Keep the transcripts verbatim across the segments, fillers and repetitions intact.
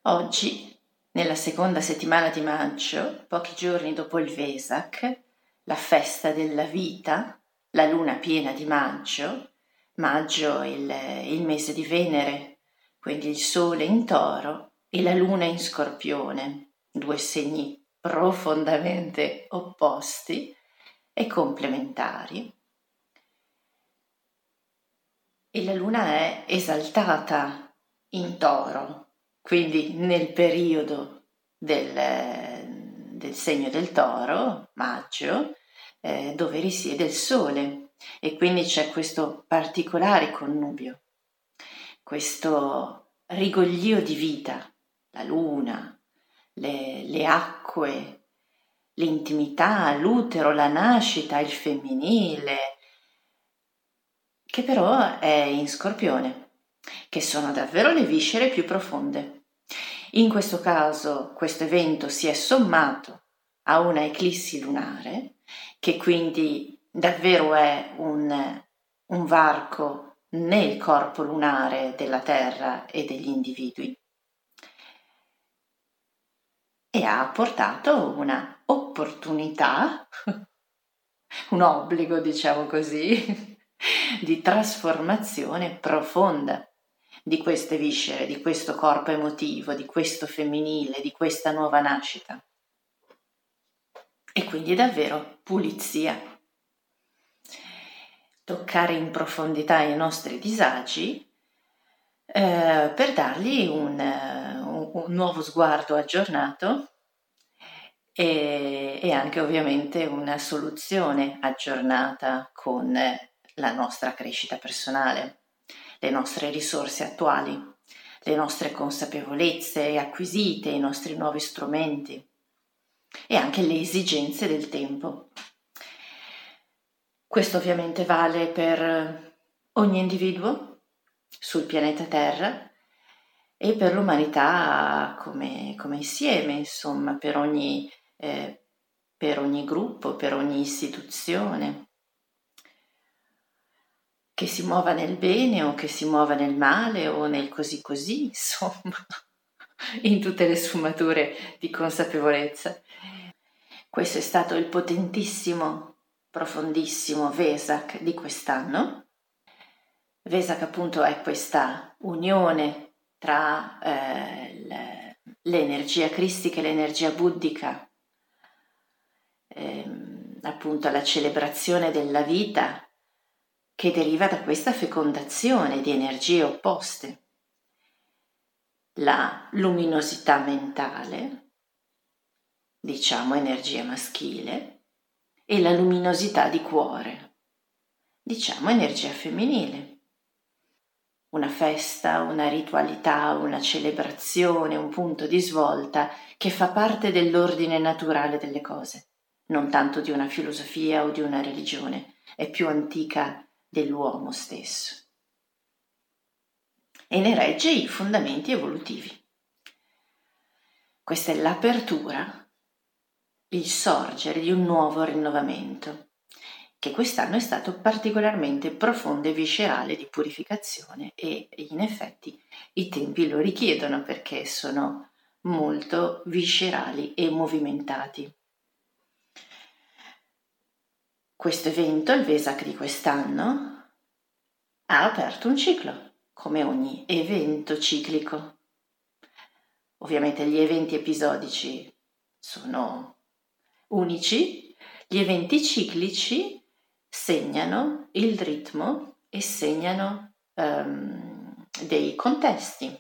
Oggi, nella seconda settimana di maggio, pochi giorni dopo il Vesak, la festa della vita, la luna piena di maggio, maggio è il, il mese di Venere, quindi il sole in Toro e la luna in Scorpione, due segni profondamente opposti e complementari. E la luna è esaltata in Toro, quindi nel periodo del, del segno del Toro, maggio, eh, dove risiede il Sole, e quindi c'è questo particolare connubio, questo rigoglio di vita, la luna, le, le acque, l'intimità, l'utero, la nascita, il femminile, che però è in Scorpione, che sono davvero le viscere più profonde. In questo caso questo evento si è sommato a una eclissi lunare, che quindi davvero è un, un varco nel corpo lunare della Terra e degli individui, e ha portato una opportunità, un obbligo, diciamo così, di trasformazione profonda di queste viscere, di questo corpo emotivo, di questo femminile, di questa nuova nascita. E quindi davvero pulizia. Toccare in profondità i nostri disagi eh, per dargli un, un, un nuovo sguardo aggiornato e, e anche ovviamente una soluzione aggiornata con la nostra crescita personale, le nostre risorse attuali, le nostre consapevolezze acquisite, i nostri nuovi strumenti e anche le esigenze del tempo. Questo ovviamente vale per ogni individuo sul pianeta Terra e per l'umanità come, come insieme, insomma, per ogni, eh, per ogni gruppo, per ogni istituzione, che si muova nel bene o che si muova nel male o nel così così, insomma, in tutte le sfumature di consapevolezza. Questo è stato il potentissimo, profondissimo Vesak di quest'anno. Vesak appunto è questa unione tra eh, l'energia cristica e l'energia buddhica, ehm, appunto la celebrazione della vita che deriva da questa fecondazione di energie opposte, la luminosità mentale, diciamo energia maschile, e la luminosità di cuore, diciamo energia femminile. Una festa, una ritualità, una celebrazione, un punto di svolta che fa parte dell'ordine naturale delle cose, non tanto di una filosofia o di una religione, è più antica dell'uomo stesso e ne regge i fondamenti evolutivi. Questa è l'apertura, il sorgere di un nuovo rinnovamento, che quest'anno è stato particolarmente profondo e viscerale di purificazione e in effetti i tempi lo richiedono perché sono molto viscerali e movimentati. Questo evento, il Vesak di quest'anno, ha aperto un ciclo, come ogni evento ciclico. Ovviamente gli eventi episodici sono unici, gli eventi ciclici segnano il ritmo e segnano um, dei contesti,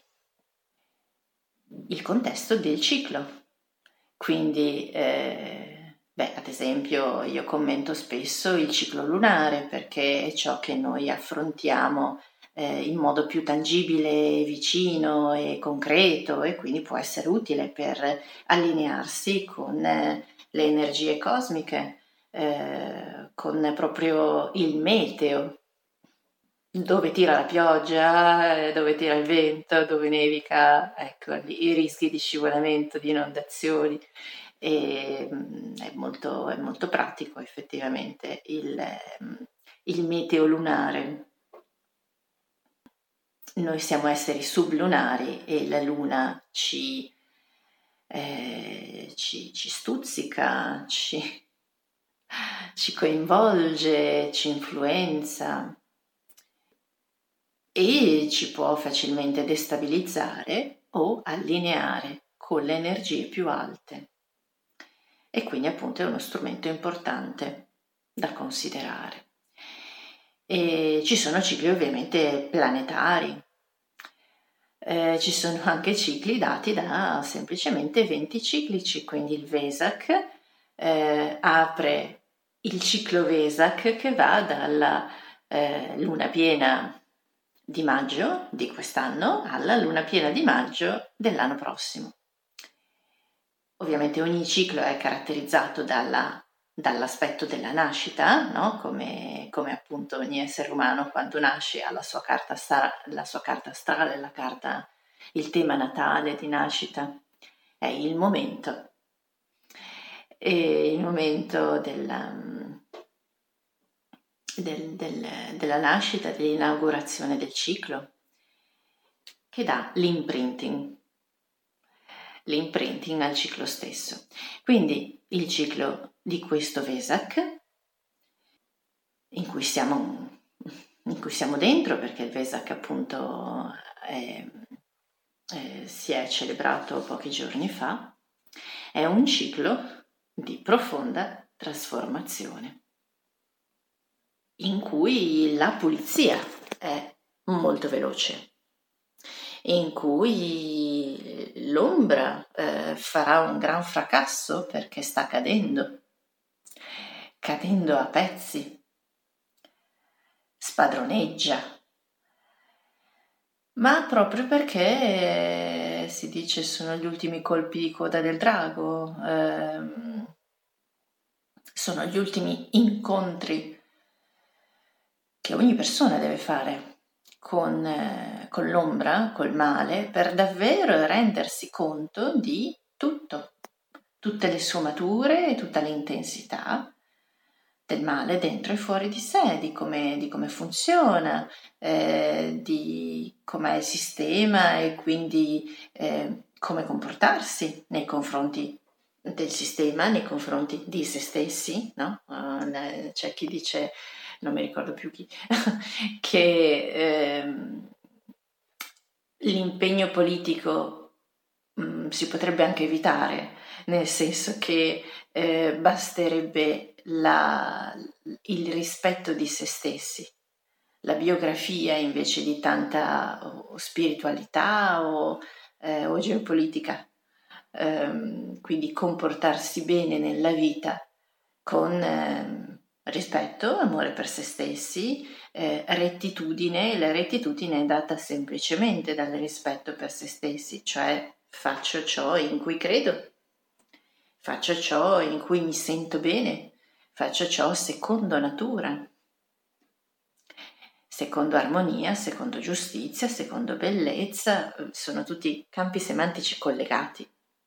il contesto del ciclo. Quindi, eh, beh, ad esempio, io commento spesso il ciclo lunare perché è ciò che noi affrontiamo eh, in modo più tangibile, vicino e concreto, e quindi può essere utile per allinearsi con eh, le energie cosmiche, eh, con proprio il meteo, dove tira la pioggia, dove tira il vento, dove nevica, ecco, i rischi di scivolamento, di inondazioni. E, è, molto, è molto pratico effettivamente il, il meteo lunare. noi siamo esseri sublunari e la luna ci, eh, ci, ci stuzzica, ci, ci coinvolge, ci influenza e ci può facilmente destabilizzare o allineare con le energie più alte. E quindi appunto è uno strumento importante da considerare. E ci sono cicli ovviamente planetari, eh, ci sono anche cicli dati da semplicemente eventi ciclici, quindi il Vesak eh, apre il ciclo Vesak che va dalla eh, luna piena di maggio di quest'anno alla luna piena di maggio dell'anno prossimo. Ovviamente ogni ciclo è caratterizzato dalla, dall'aspetto della nascita, no? come, come appunto ogni essere umano quando nasce ha la sua carta, stra- la sua carta astrale, la carta, il tema natale di nascita, è il momento, e il momento della, del, del, della nascita, dell'inaugurazione del ciclo, che dà l'imprinting. l'imprinting al ciclo stesso. Quindi il ciclo di questo Vesak, in cui siamo, in cui siamo dentro, perché il Vesak appunto è, è, si è celebrato pochi giorni fa, è un ciclo di profonda trasformazione, in cui la pulizia è molto veloce, in cui l'ombra eh, farà un gran fracasso perché sta cadendo, cadendo a pezzi, spadroneggia, ma proprio perché eh, si dice sono gli ultimi colpi di coda del drago, ehm, sono gli ultimi incontri che ogni persona deve fare con, eh, con l'ombra, col male, per davvero rendersi conto di tutto, tutte le sfumature e tutta l'intensità del male dentro e fuori di sé, di come, di come funziona, eh, di com'è il sistema e quindi eh, come comportarsi nei confronti del sistema, nei confronti di se stessi, no? Uh, c'è chi dice, non mi ricordo più chi, che ehm, l'impegno politico mh, si potrebbe anche evitare, nel senso che eh, basterebbe la, il rispetto di se stessi, la biografia invece di tanta o spiritualità o, eh, o geopolitica. Um, quindi comportarsi bene nella vita con eh, rispetto, amore per se stessi, eh, rettitudine. La rettitudine è data semplicemente dal rispetto per se stessi, cioè faccio ciò in cui credo, faccio ciò in cui mi sento bene, faccio ciò secondo natura, secondo armonia, secondo giustizia, secondo bellezza, sono tutti campi semantici collegati.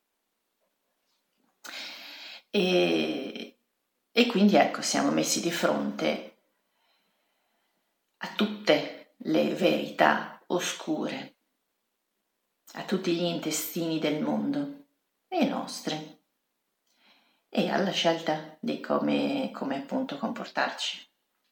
E, e quindi ecco, siamo messi di fronte a tutte le verità oscure, a tutti gli intestini del mondo e i nostri, e alla scelta di come, come appunto comportarci.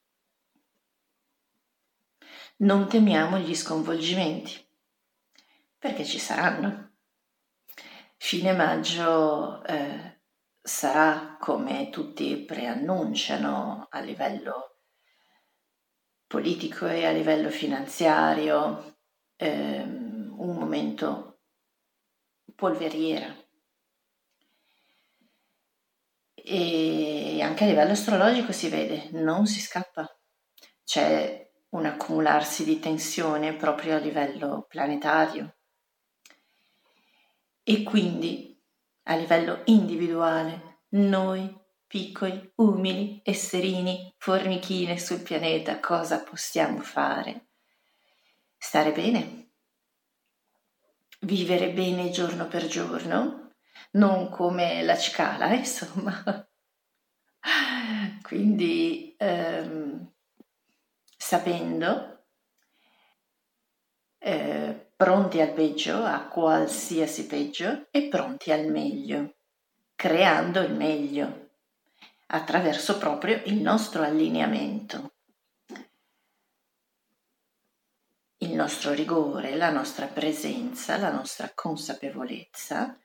Non temiamo gli sconvolgimenti, perché ci saranno. Fine maggio eh, sarà, come tutti preannunciano a livello politico e a livello finanziario, ehm, un momento polveriera. E anche a livello astrologico si vede, non si scappa, c'è un accumularsi di tensione proprio a livello planetario. E quindi a livello individuale noi piccoli, umili, esserini, formichine sul pianeta, cosa possiamo fare? Stare bene, vivere bene giorno per giorno, non come la cicala, insomma. Quindi ehm, sapendo eh, pronti al peggio, a qualsiasi peggio, e pronti al meglio, creando il meglio attraverso proprio il nostro allineamento, il nostro rigore, la nostra presenza, la nostra consapevolezza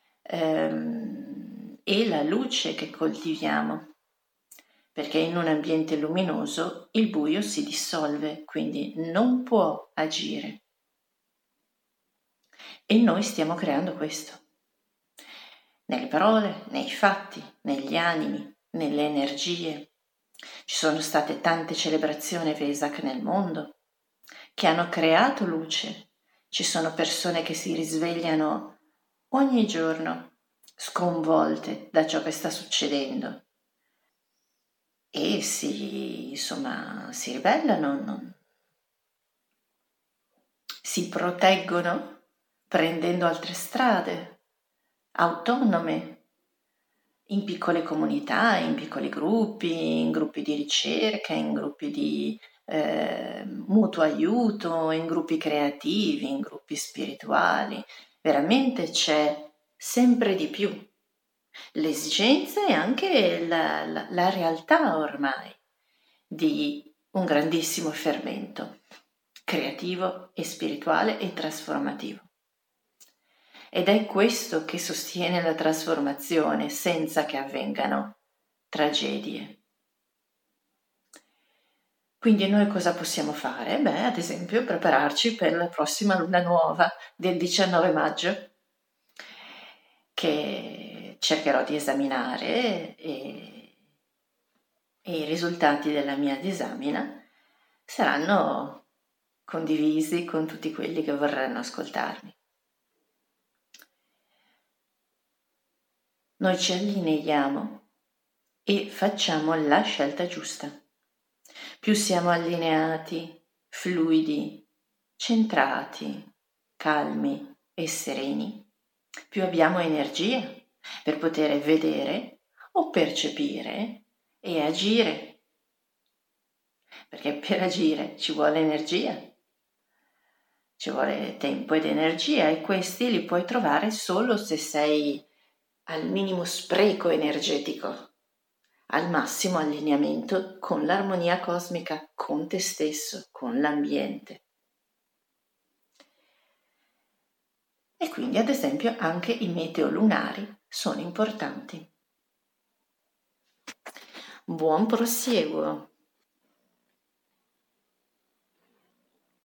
ehm, e la luce che coltiviamo. Perché in un ambiente luminoso il buio si dissolve, quindi non può agire. E noi stiamo creando questo. Nelle parole, nei fatti, negli animi, nelle energie. Ci sono state tante celebrazioni Vesak nel mondo che hanno creato luce. Ci sono persone che si risvegliano ogni giorno sconvolte da ciò che sta succedendo e si, insomma, si ribellano, non- si proteggono prendendo altre strade, autonome, in piccole comunità, in piccoli gruppi, in gruppi di ricerca, in gruppi di eh, mutuo aiuto, in gruppi creativi, in gruppi spirituali. Veramente c'è sempre di più l'esigenza e anche la, la, la realtà ormai di un grandissimo fermento creativo e spirituale e trasformativo. Ed è questo che sostiene la trasformazione senza che avvengano tragedie. Quindi noi cosa possiamo fare? Beh, ad esempio, prepararci per la prossima luna nuova del diciannove maggio, che cercherò di esaminare e, e i risultati della mia disamina saranno condivisi con tutti quelli che vorranno ascoltarmi. Noi ci allineiamo e facciamo la scelta giusta. Più siamo allineati, fluidi, centrati, calmi e sereni, più abbiamo energia per poter vedere o percepire e agire. Perché per agire ci vuole energia, ci vuole tempo ed energia e questi li puoi trovare solo se sei al minimo spreco energetico, al massimo allineamento con l'armonia cosmica, con te stesso, con l'ambiente. E quindi, ad esempio, anche i meteo lunari sono importanti. Buon prosieguo!